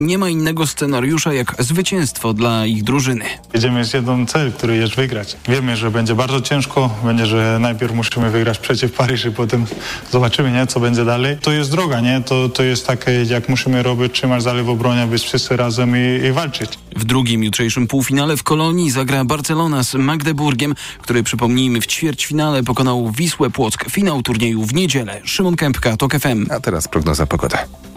Nie ma innego scenariusza jak zwycięstwo dla ich drużyny. Jedziemy z jeden cel, który jest wygrać. Wiemy, że będzie bardzo ciężko, że najpierw musimy wygrać przeciw Paryż i potem zobaczymy, co będzie dalej. To jest droga, to jest takie, jak musimy robić, trzymać dalej w obronie, być wszyscy razem i walczyć. W drugim jutrzejszym półfinale w Kolonii zagra Barcelona z Magdeburgiem, który, przypomnijmy, w ćwierćfinale pokonał Wisłę Płock. Finał turnieju w niedzielę. Szymon Kępka, TOK FM. A teraz prognoza pogody.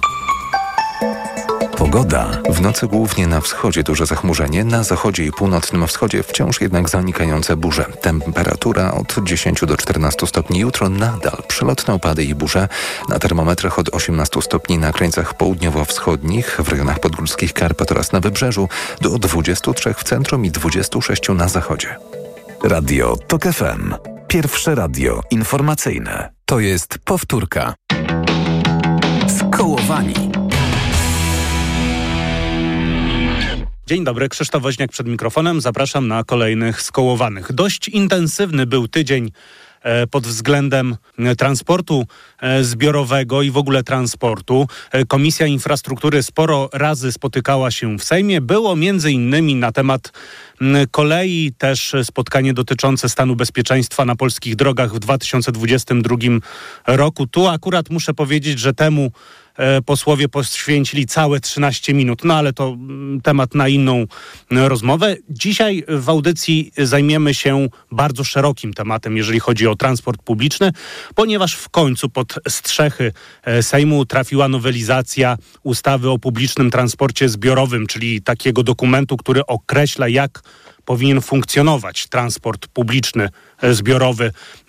Pogoda. W nocy głównie na wschodzie duże zachmurzenie, na zachodzie i północnym wschodzie wciąż jednak zanikające burze. Temperatura od 10 do 14 stopni. Jutro nadal przelotne opady i burze. Na termometrach od 18 stopni na krańcach południowo-wschodnich, w rejonach podgórskich Karpat oraz na wybrzeżu, do 23 w centrum i 26 na zachodzie. Radio TOK FM. Pierwsze radio informacyjne. To jest powtórka. Skołowani. Dzień dobry, Krzysztof Woźniak przed mikrofonem. Zapraszam na kolejnych Skołowanych. Dość intensywny był tydzień pod względem transportu zbiorowego i w ogóle transportu. Komisja Infrastruktury sporo razy spotykała się w Sejmie. Było między innymi na temat kolei, też spotkanie dotyczące stanu bezpieczeństwa na polskich drogach w 2022 roku. Tu akurat muszę powiedzieć, że temu posłowie poświęcili całe 13 minut, ale to temat na inną rozmowę. Dzisiaj w audycji zajmiemy się bardzo szerokim tematem, jeżeli chodzi o transport publiczny, ponieważ w końcu pod strzechy Sejmu trafiła nowelizacja ustawy o publicznym transporcie zbiorowym, czyli takiego dokumentu, który określa, jak powinien funkcjonować transport publiczny, zbiorowy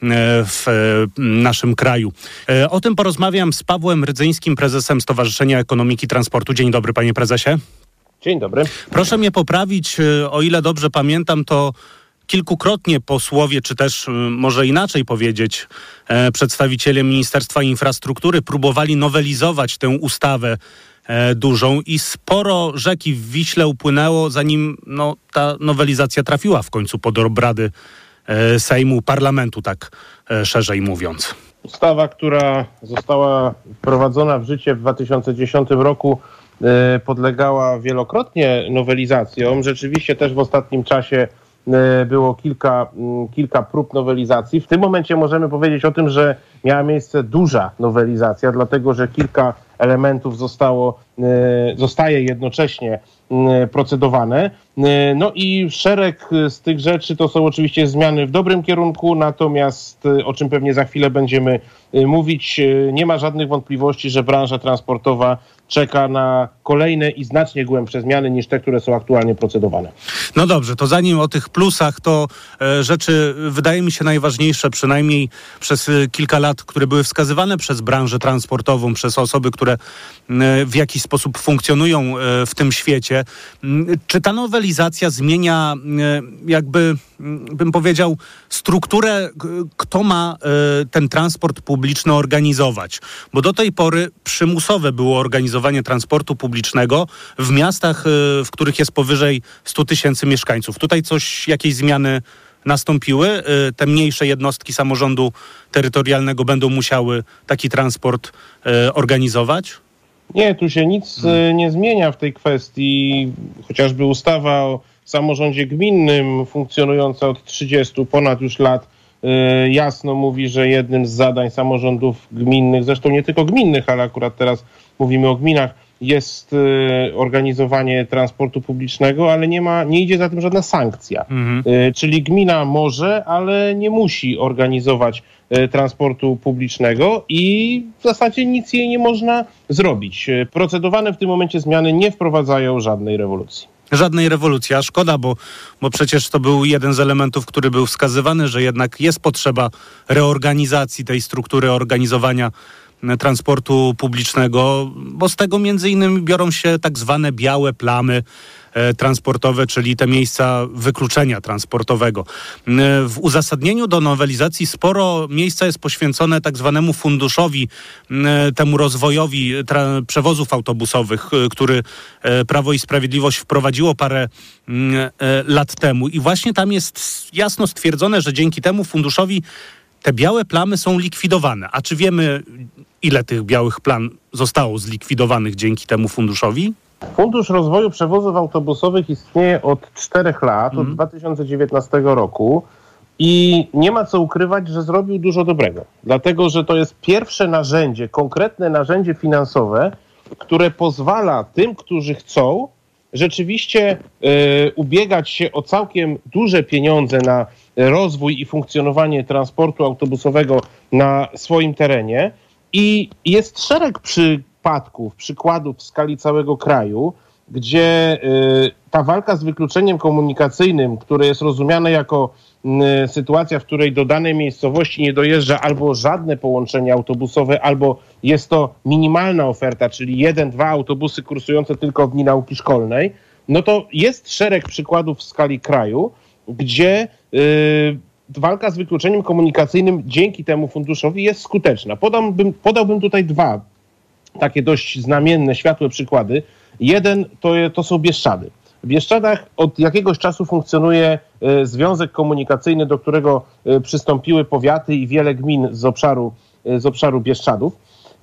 w naszym kraju. O tym porozmawiam z Pawłem Rydzyńskim, prezesem Stowarzyszenia Ekonomiki Transportu. Dzień dobry, panie prezesie. Dzień dobry. Proszę mnie poprawić, o ile dobrze pamiętam, to kilkukrotnie posłowie, czy też może inaczej powiedzieć, przedstawiciele Ministerstwa Infrastruktury próbowali nowelizować tę ustawę dużą i sporo rzeki w Wiśle upłynęło, zanim ta nowelizacja trafiła w końcu pod obrady Sejmu, parlamentu, tak szerzej mówiąc. Ustawa, która została wprowadzona w życie w 2010 roku, podlegała wielokrotnie nowelizacjom. Rzeczywiście też w ostatnim czasie było kilka prób nowelizacji. W tym momencie możemy powiedzieć o tym, że miała miejsce duża nowelizacja, dlatego że kilka elementów zostaje jednocześnie procedowane. No i szereg z tych rzeczy to są oczywiście zmiany w dobrym kierunku, natomiast o czym pewnie za chwilę będziemy mówić, nie ma żadnych wątpliwości, że branża transportowa czeka na kolejne i znacznie głębsze zmiany niż te, które są aktualnie procedowane. No dobrze, to zanim o tych plusach, to rzeczy wydaje mi się najważniejsze, przynajmniej przez kilka lat, które były wskazywane przez branżę transportową, przez osoby, które w jakiś sposób funkcjonują w tym świecie. Czy ta nowelizacja zmienia jakby, bym powiedział, strukturę, kto ma ten transport publiczny organizować? Bo do tej pory przymusowe było organizowanie transportu publicznego w miastach, w których jest powyżej 100 tysięcy mieszkańców. Tutaj jakieś zmiany nastąpiły? Te mniejsze jednostki samorządu terytorialnego będą musiały taki transport organizować? Nie, tu się nic nie zmienia w tej kwestii. Chociażby ustawa o samorządzie gminnym funkcjonująca od 30 ponad już lat jasno mówi, że jednym z zadań samorządów gminnych, zresztą nie tylko gminnych, ale akurat teraz mówimy o gminach, jest organizowanie transportu publicznego, ale nie idzie za tym żadna sankcja. Czyli gmina może, ale nie musi organizować transportu publicznego i w zasadzie nic jej nie można zrobić. Procedowane w tym momencie zmiany nie wprowadzają żadnej rewolucji. Żadnej rewolucji, a szkoda, bo przecież to był jeden z elementów, który był wskazywany, że jednak jest potrzeba reorganizacji tej struktury organizowania transportu publicznego, bo z tego między innymi biorą się tak zwane białe plamy transportowe, czyli te miejsca wykluczenia transportowego. W uzasadnieniu do nowelizacji sporo miejsca jest poświęcone tak zwanemu funduszowi, temu rozwojowi przewozów autobusowych, który Prawo i Sprawiedliwość wprowadziło parę lat temu. I właśnie tam jest jasno stwierdzone, że dzięki temu funduszowi te białe plamy są likwidowane. A czy wiemy, ile tych białych plam zostało zlikwidowanych dzięki temu funduszowi? Fundusz Rozwoju Przewozów Autobusowych istnieje od 4 lat, od 2019 roku i nie ma co ukrywać, że zrobił dużo dobrego. Dlatego, że to jest pierwsze narzędzie, konkretne narzędzie finansowe, które pozwala tym, którzy chcą, rzeczywiście ubiegać się o całkiem duże pieniądze na rozwój i funkcjonowanie transportu autobusowego na swoim terenie. I jest szereg przykładów w skali całego kraju, gdzie ta walka z wykluczeniem komunikacyjnym, które jest rozumiane jako sytuacja, w której do danej miejscowości nie dojeżdża albo żadne połączenie autobusowe, albo jest to minimalna oferta, czyli 1-2 autobusy kursujące tylko w dni nauki szkolnej, no to jest szereg przykładów w skali kraju, gdzie walka z wykluczeniem komunikacyjnym dzięki temu funduszowi jest skuteczna. Podałbym tutaj 2 takie dość znamienne, światłe przykłady. Jeden to są Bieszczady. W Bieszczadach od jakiegoś czasu funkcjonuje związek komunikacyjny, do którego przystąpiły powiaty i wiele gmin z obszaru Bieszczadów.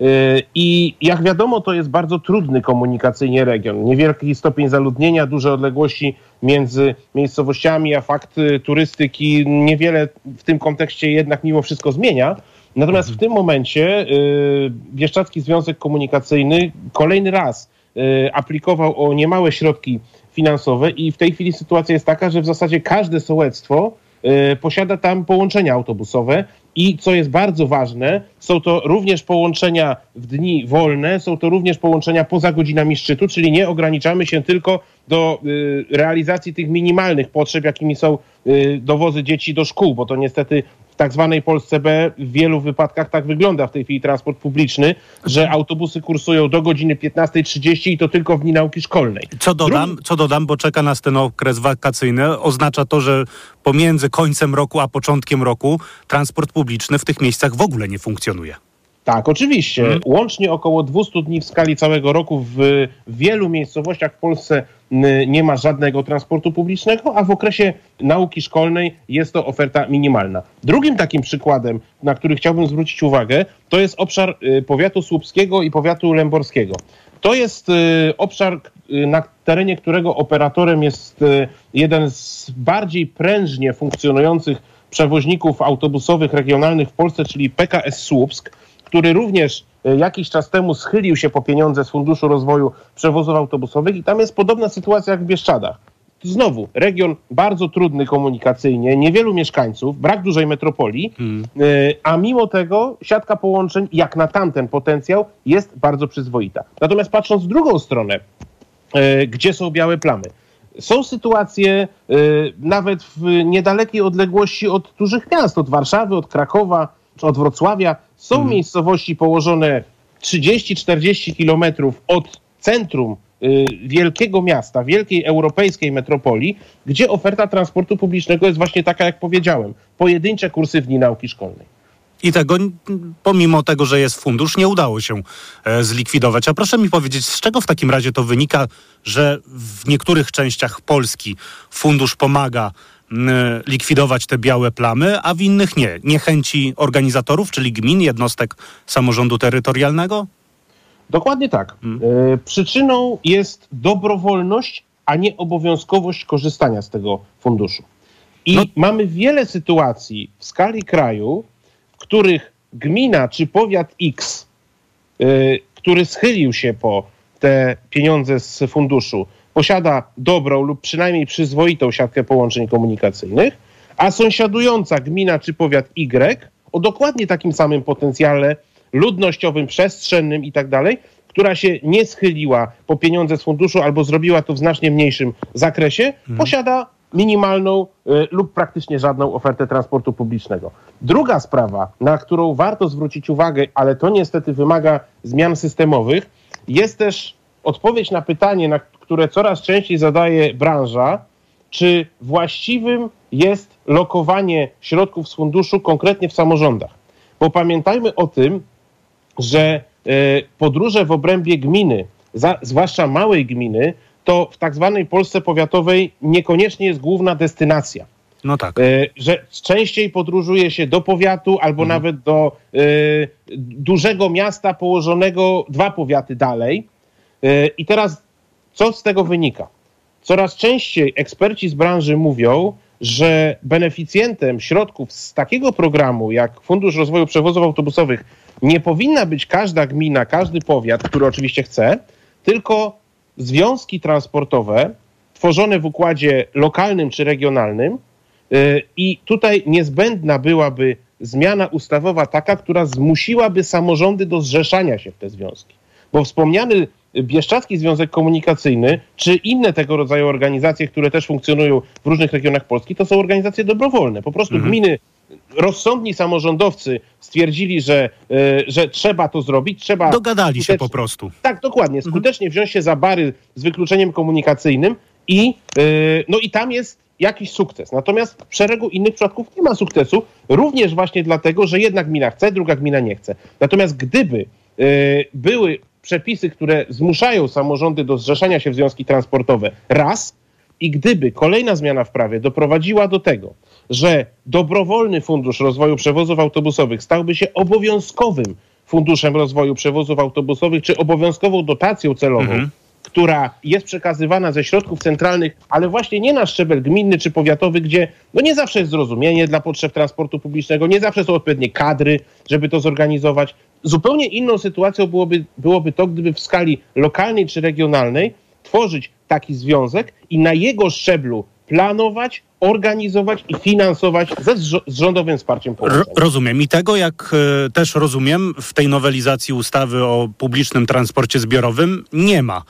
I jak wiadomo, to jest bardzo trudny komunikacyjnie region. Niewielki stopień zaludnienia, duże odległości między miejscowościami, a fakt turystyki niewiele w tym kontekście jednak mimo wszystko zmienia. Natomiast w tym momencie Bieszczadzki Związek Komunikacyjny kolejny raz aplikował o niemałe środki finansowe i w tej chwili sytuacja jest taka, że w zasadzie każde sołectwo posiada tam połączenia autobusowe i co jest bardzo ważne, są to również połączenia w dni wolne, są to również połączenia poza godzinami szczytu, czyli nie ograniczamy się tylko do realizacji tych minimalnych potrzeb, jakimi są dowozy dzieci do szkół, bo to niestety w tak zwanej Polsce B w wielu wypadkach tak wygląda w tej chwili transport publiczny, że autobusy kursują do godziny 15:30 i to tylko w dni nauki szkolnej. Co dodam, bo czeka nas ten okres wakacyjny. Oznacza to, że pomiędzy końcem roku a początkiem roku transport publiczny w tych miejscach w ogóle nie funkcjonuje. Tak, oczywiście. Łącznie około 200 dni w skali całego roku w wielu miejscowościach w Polsce nie ma żadnego transportu publicznego, a w okresie nauki szkolnej jest to oferta minimalna. Drugim takim przykładem, na który chciałbym zwrócić uwagę, to jest obszar powiatu słupskiego i powiatu lęborskiego. To jest obszar, na terenie którego operatorem jest jeden z bardziej prężnie funkcjonujących przewoźników autobusowych regionalnych w Polsce, czyli PKS Słupsk, który również jakiś czas temu schylił się po pieniądze z Funduszu Rozwoju Przewozów Autobusowych i tam jest podobna sytuacja jak w Bieszczadach. Znowu, region bardzo trudny komunikacyjnie, niewielu mieszkańców, brak dużej metropolii, a mimo tego siatka połączeń, jak na tamten potencjał, jest bardzo przyzwoita. Natomiast patrząc w drugą stronę, gdzie są białe plamy, są sytuacje nawet w niedalekiej odległości od dużych miast, od Warszawy, od Krakowa, czy od Wrocławia. Są miejscowości położone 30-40 kilometrów od centrum wielkiego miasta, wielkiej europejskiej metropolii, gdzie oferta transportu publicznego jest właśnie taka, jak powiedziałem. Pojedyncze kursy w dni nauki szkolnej. I tego, pomimo tego, że jest fundusz, nie udało się zlikwidować. A proszę mi powiedzieć, z czego w takim razie to wynika, że w niektórych częściach Polski fundusz pomaga likwidować te białe plamy, a w innych nie? Niechęci organizatorów, czyli gmin, jednostek samorządu terytorialnego? Dokładnie tak. Przyczyną jest dobrowolność, a nie obowiązkowość korzystania z tego funduszu. I mamy wiele sytuacji w skali kraju, w których gmina czy powiat X, który schylił się po te pieniądze z funduszu, posiada dobrą lub przynajmniej przyzwoitą siatkę połączeń komunikacyjnych, a sąsiadująca gmina czy powiat Y o dokładnie takim samym potencjale ludnościowym, przestrzennym i tak dalej, która się nie schyliła po pieniądze z funduszu albo zrobiła to w znacznie mniejszym zakresie, posiada minimalną lub praktycznie żadną ofertę transportu publicznego. Druga sprawa, na którą warto zwrócić uwagę, ale to niestety wymaga zmian systemowych, jest też odpowiedź na pytanie, na które coraz częściej zadaje branża, czy właściwym jest lokowanie środków z funduszu konkretnie w samorządach. Bo pamiętajmy o tym, że podróże w obrębie gminy, zwłaszcza małej gminy, to w tak zwanej Polsce powiatowej niekoniecznie jest główna destynacja. No tak. Że częściej podróżuje się do powiatu albo nawet do dużego miasta położonego 2 powiaty dalej. I teraz Co z tego wynika? Coraz częściej eksperci z branży mówią, że beneficjentem środków z takiego programu jak Fundusz Rozwoju Przewozów Autobusowych nie powinna być każda gmina, każdy powiat, który oczywiście chce, tylko związki transportowe tworzone w układzie lokalnym czy regionalnym i tutaj niezbędna byłaby zmiana ustawowa taka, która zmusiłaby samorządy do zrzeszania się w te związki. Bo wspomniany Bieszczadzki Związek Komunikacyjny, czy inne tego rodzaju organizacje, które też funkcjonują w różnych regionach Polski, to są organizacje dobrowolne. Po prostu gminy, rozsądni samorządowcy stwierdzili, że trzeba to zrobić. Dogadali się po prostu. Tak, dokładnie. Skutecznie wziąć się za bary z wykluczeniem komunikacyjnym i tam jest jakiś sukces. Natomiast w szeregu innych przypadków nie ma sukcesu, również właśnie dlatego, że jedna gmina chce, druga gmina nie chce. Natomiast gdyby były przepisy, które zmuszają samorządy do zrzeszania się w związki transportowe raz i gdyby kolejna zmiana w prawie doprowadziła do tego, że dobrowolny Fundusz Rozwoju Przewozów Autobusowych stałby się obowiązkowym Funduszem Rozwoju Przewozów Autobusowych czy obowiązkową dotacją celową, która jest przekazywana ze środków centralnych, ale właśnie nie na szczebel gminny czy powiatowy, gdzie nie zawsze jest zrozumienie dla potrzeb transportu publicznego, nie zawsze są odpowiednie kadry, żeby to zorganizować. Zupełnie inną sytuacją byłoby to, gdyby w skali lokalnej czy regionalnej tworzyć taki związek i na jego szczeblu planować, organizować i finansować z rządowym wsparciem połączeń. Rozumiem. I tego, jak też rozumiem, w tej nowelizacji ustawy o publicznym transporcie zbiorowym nie ma.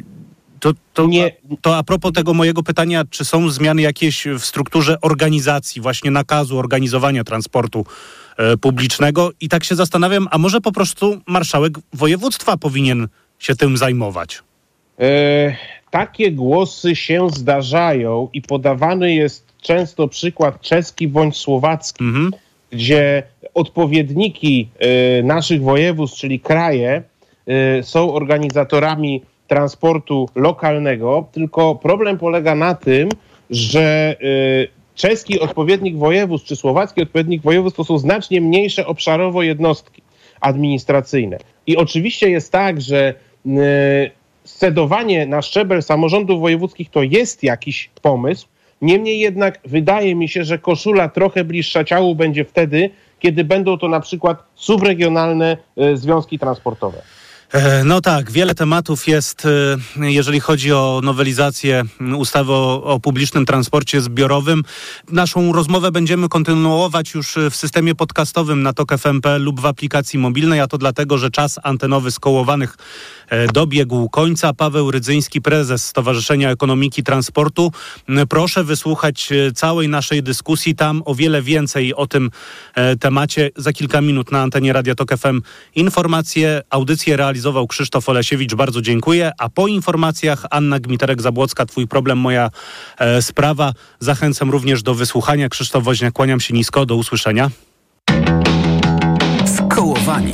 To a propos tego mojego pytania, czy są zmiany jakieś w strukturze organizacji, właśnie nakazu organizowania transportu publicznego? I tak się zastanawiam, a może po prostu marszałek województwa powinien się tym zajmować? Takie głosy się zdarzają i podawany jest często przykład czeski bądź słowacki, gdzie odpowiedniki naszych województw, czyli kraje, są organizatorami transportu lokalnego, tylko problem polega na tym, że czeski odpowiednik województw czy słowacki odpowiednik województw to są znacznie mniejsze obszarowo jednostki administracyjne. I oczywiście jest tak, że scedowanie na szczebel samorządów wojewódzkich to jest jakiś pomysł, niemniej jednak wydaje mi się, że koszula trochę bliższa ciału będzie wtedy, kiedy będą to na przykład subregionalne związki transportowe. No tak, wiele tematów jest, jeżeli chodzi o nowelizację ustawy o publicznym transporcie zbiorowym. Naszą rozmowę będziemy kontynuować już w systemie podcastowym na tok.fm.pl lub w aplikacji mobilnej, a to dlatego, że czas antenowy Skołowanych dobiegł końca. Paweł Rydzyński, prezes Stowarzyszenia Ekonomiki Transportu. Proszę wysłuchać całej naszej dyskusji. Tam o wiele więcej o tym temacie za kilka minut na antenie Radia Tok FM. Audycję realizował Krzysztof Olesiewicz. Bardzo dziękuję. A po informacjach Anna Gmiterek-Zabłocka, Twój problem, moja sprawa. Zachęcam również do wysłuchania. Krzysztof Woźniak, kłaniam się nisko. Do usłyszenia. Skołowani.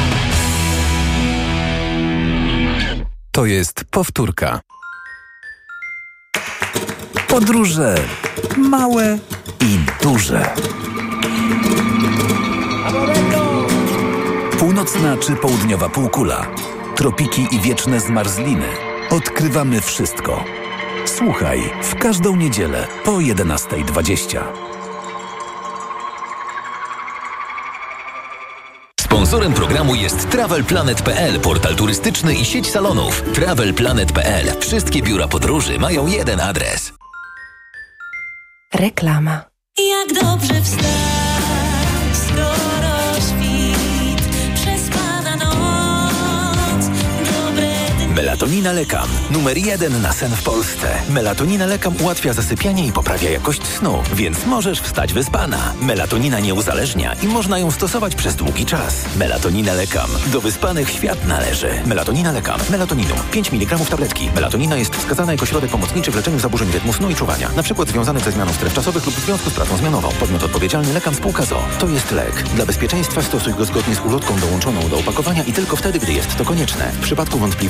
To jest powtórka. Podróże małe i duże. Północna czy południowa półkula. Tropiki i wieczne zmarzliny. Odkrywamy wszystko. Słuchaj w każdą niedzielę po 11:20. Sponsorem programu jest TravelPlanet.pl, portal turystyczny i sieć salonów. TravelPlanet.pl. Wszystkie biura podróży mają jeden adres. Reklama. Jak dobrze wstać, skoro świt, przespana noc, dobre dni. Melatonina Lekam. Numer 1 na sen w Polsce. Melatonina Lekam ułatwia zasypianie i poprawia jakość snu, więc możesz wstać wyspana. Melatonina nie uzależnia i można ją stosować przez długi czas. Melatonina Lekam. Do wyspanych świat należy. Melatonina Lekam. Melatoninum. 5 mg tabletki. Melatonina jest wskazana jako środek pomocniczy w leczeniu zaburzeń rytmu snu i czuwania. Na przykład związanych ze zmianą stref czasowych lub w związku z pracą zmianową. Podmiot odpowiedzialny Lekam spółka ZOO. To jest lek. Dla bezpieczeństwa stosuj go zgodnie z ulotką dołączoną do opakowania i tylko wtedy, gdy jest to konieczne. W przypadku wątpliwości skonsultuj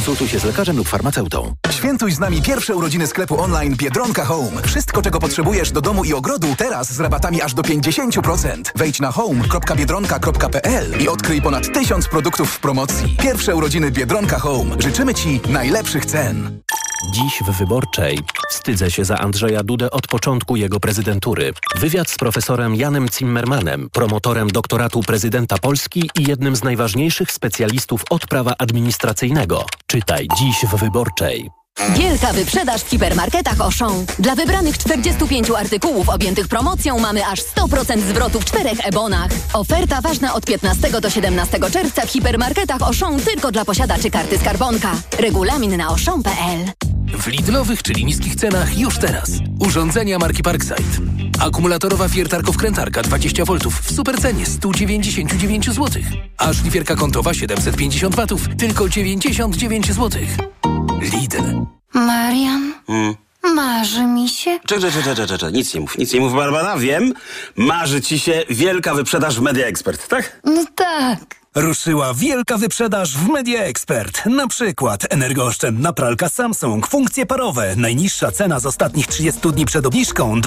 skonsultuj się z lekarzem lub farmaceutą. Świętuj z nami pierwsze urodziny sklepu online Biedronka Home. Wszystko, czego potrzebujesz do domu i ogrodu, teraz z rabatami aż do 50%. Wejdź na home.biedronka.pl i odkryj ponad 1000 produktów w promocji. Pierwsze urodziny Biedronka Home. Życzymy Ci najlepszych cen. Dziś w Wyborczej wstydzę się za Andrzeja Dudę od początku jego prezydentury. Wywiad z profesorem Janem Zimmermanem, promotorem doktoratu prezydenta Polski i jednym z najważniejszych specjalistów od prawa administracyjnego. Czytaj dziś w Wyborczej. Wielka wyprzedaż w hipermarketach Auchan. Dla wybranych 45 artykułów objętych promocją mamy aż 100% zwrotu w 4 e-bonach. Oferta ważna od 15 do 17 czerwca w hipermarketach Auchan tylko dla posiadaczy karty Skarbonka. Regulamin na auchan.pl. W Lidlowych, czyli niskich cenach już teraz. Urządzenia marki Parkside. Akumulatorowa wiertarko-wkrętarka 20 V w supercenie 199 zł. A szlifierka kątowa 750 W tylko 99 zł. Lidl. Marian? Marzy mi się? Czekaj, nic nie mów, Barbara, wiem. Marzy ci się wielka wyprzedaż w Media Expert, tak? No tak. Ruszyła wielka wyprzedaż w Media Expert. Na przykład energooszczędna pralka Samsung, funkcje parowe. Najniższa cena z ostatnich 30 dni przed obniżką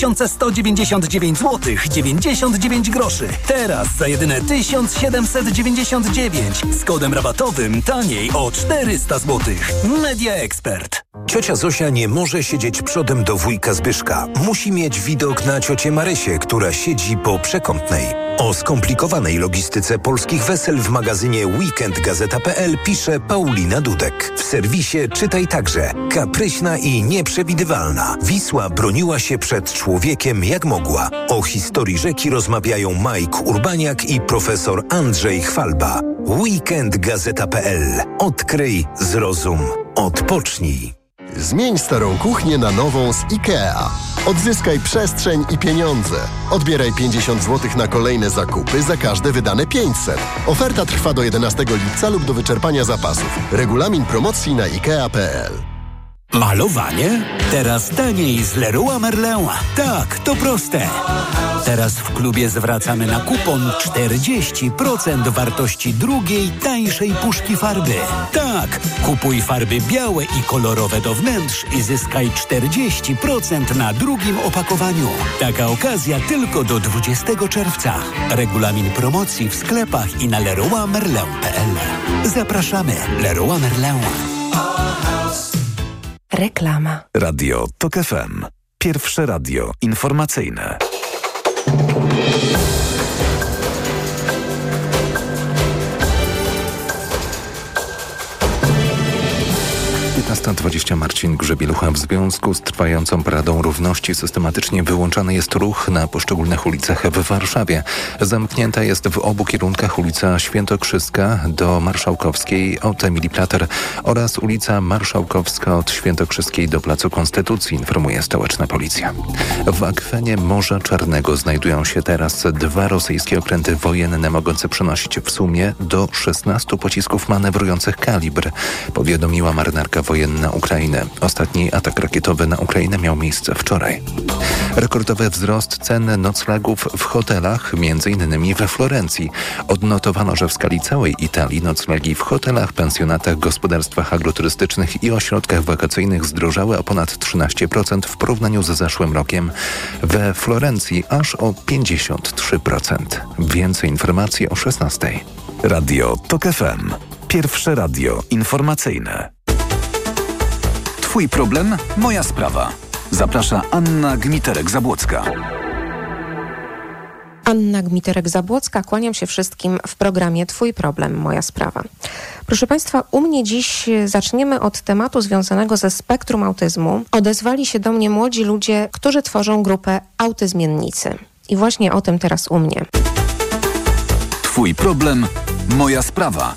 2199 zł 99 groszy. Teraz za jedyne 1799. Z kodem rabatowym taniej o 400 zł. Media Expert. Ciocia Zosia nie może siedzieć przodem do wujka Zbyszka. Musi mieć widok na ciocię Marysię, która siedzi po przekątnej. O skomplikowanej logistyce polskich wesel w magazynie weekendgazeta.pl pisze Paulina Dudek. W serwisie czytaj także. Kapryśna i nieprzewidywalna. Wisła broniła się przed człowiekiem jak mogła. O historii rzeki rozmawiają Mike Urbaniak i profesor Andrzej Chwalba. Weekendgazeta.pl. Odkryj, zrozum, odpocznij. Zmień starą kuchnię na nową z IKEA. Odzyskaj przestrzeń i pieniądze. Odbieraj 50 zł na kolejne zakupy za każde wydane 500. Oferta trwa do 11 lipca lub do wyczerpania zapasów. Regulamin promocji na IKEA.pl. Malowanie? Teraz taniej z Leroy Merlin. Tak, to proste. Teraz w klubie zwracamy na kupon 40% wartości drugiej, tańszej puszki farby. Tak, kupuj farby białe i kolorowe do wnętrz i zyskaj 40% na drugim opakowaniu. Taka okazja tylko do 20 czerwca. Regulamin promocji w sklepach i na leroymerlin.pl. Zapraszamy. Leroy Merlin. Reklama. Radio TOK FM. Pierwsze radio informacyjne. Marcin Grzebielucha. W związku z trwającą Paradą Równości systematycznie wyłączany jest ruch na poszczególnych ulicach w Warszawie. Zamknięta jest w obu kierunkach ulica Świętokrzyska do Marszałkowskiej od Emilii Plater oraz ulica Marszałkowska od Świętokrzyskiej do Placu Konstytucji, informuje stołeczna policja. W akwenie Morza Czarnego znajdują się teraz 2 rosyjskie okręty wojenne mogące przenosić w sumie do 16 pocisków manewrujących kalibr, powiadomiła marynarka wojenna Ukrainy. Ostatni atak rakietowy na Ukrainę miał miejsce wczoraj. Rekordowy wzrost cen noclegów w hotelach, m.in. we Florencji. Odnotowano, że w skali całej Italii noclegi w hotelach, pensjonatach, gospodarstwach agroturystycznych i ośrodkach wakacyjnych zdrożały o ponad 13% w porównaniu z zeszłym rokiem. We Florencji aż o 53%. Więcej informacji o 16:00. Radio TOK FM. Pierwsze radio informacyjne. Twój problem, moja sprawa. Zaprasza Anna Gmiterek-Zabłocka. Anna Gmiterek-Zabłocka, kłaniam się wszystkim w programie Twój problem, moja sprawa. Proszę Państwa, u mnie dziś zaczniemy od tematu związanego ze spektrum autyzmu. Odezwali się do mnie młodzi ludzie, którzy tworzą grupę Autyzmiennicy. I właśnie o tym teraz u mnie. Twój problem, moja sprawa.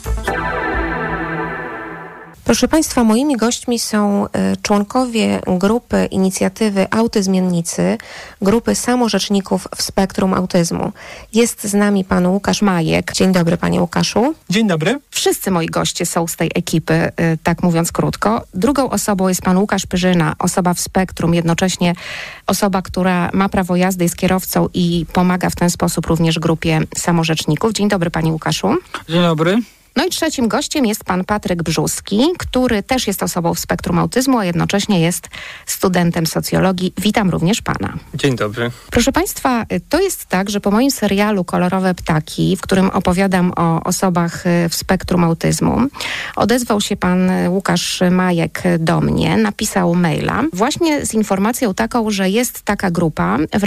Proszę Państwa, moimi gośćmi są członkowie grupy inicjatywy Autyzmiennicy, grupy samorzeczników w spektrum autyzmu. Jest z nami pan Łukasz Majek. Dzień dobry, panie Łukaszu. Dzień dobry. Wszyscy moi goście są z tej ekipy, tak mówiąc krótko. Drugą osobą jest pan Łukasz Pyrzyna, osoba w spektrum, jednocześnie osoba, która ma prawo jazdy, jest kierowcą i pomaga w ten sposób również grupie samorzeczników. Dzień dobry, panie Łukaszu. Dzień dobry. No i trzecim gościem jest pan Patryk Brzuski, który też jest osobą w spektrum autyzmu, a jednocześnie jest studentem socjologii. Witam również pana. Dzień dobry. Proszę państwa, to jest tak, że po moim serialu Kolorowe ptaki, w którym opowiadam o osobach w spektrum autyzmu, odezwał się pan Łukasz Majek do mnie, napisał maila właśnie z informacją taką, że jest taka grupa w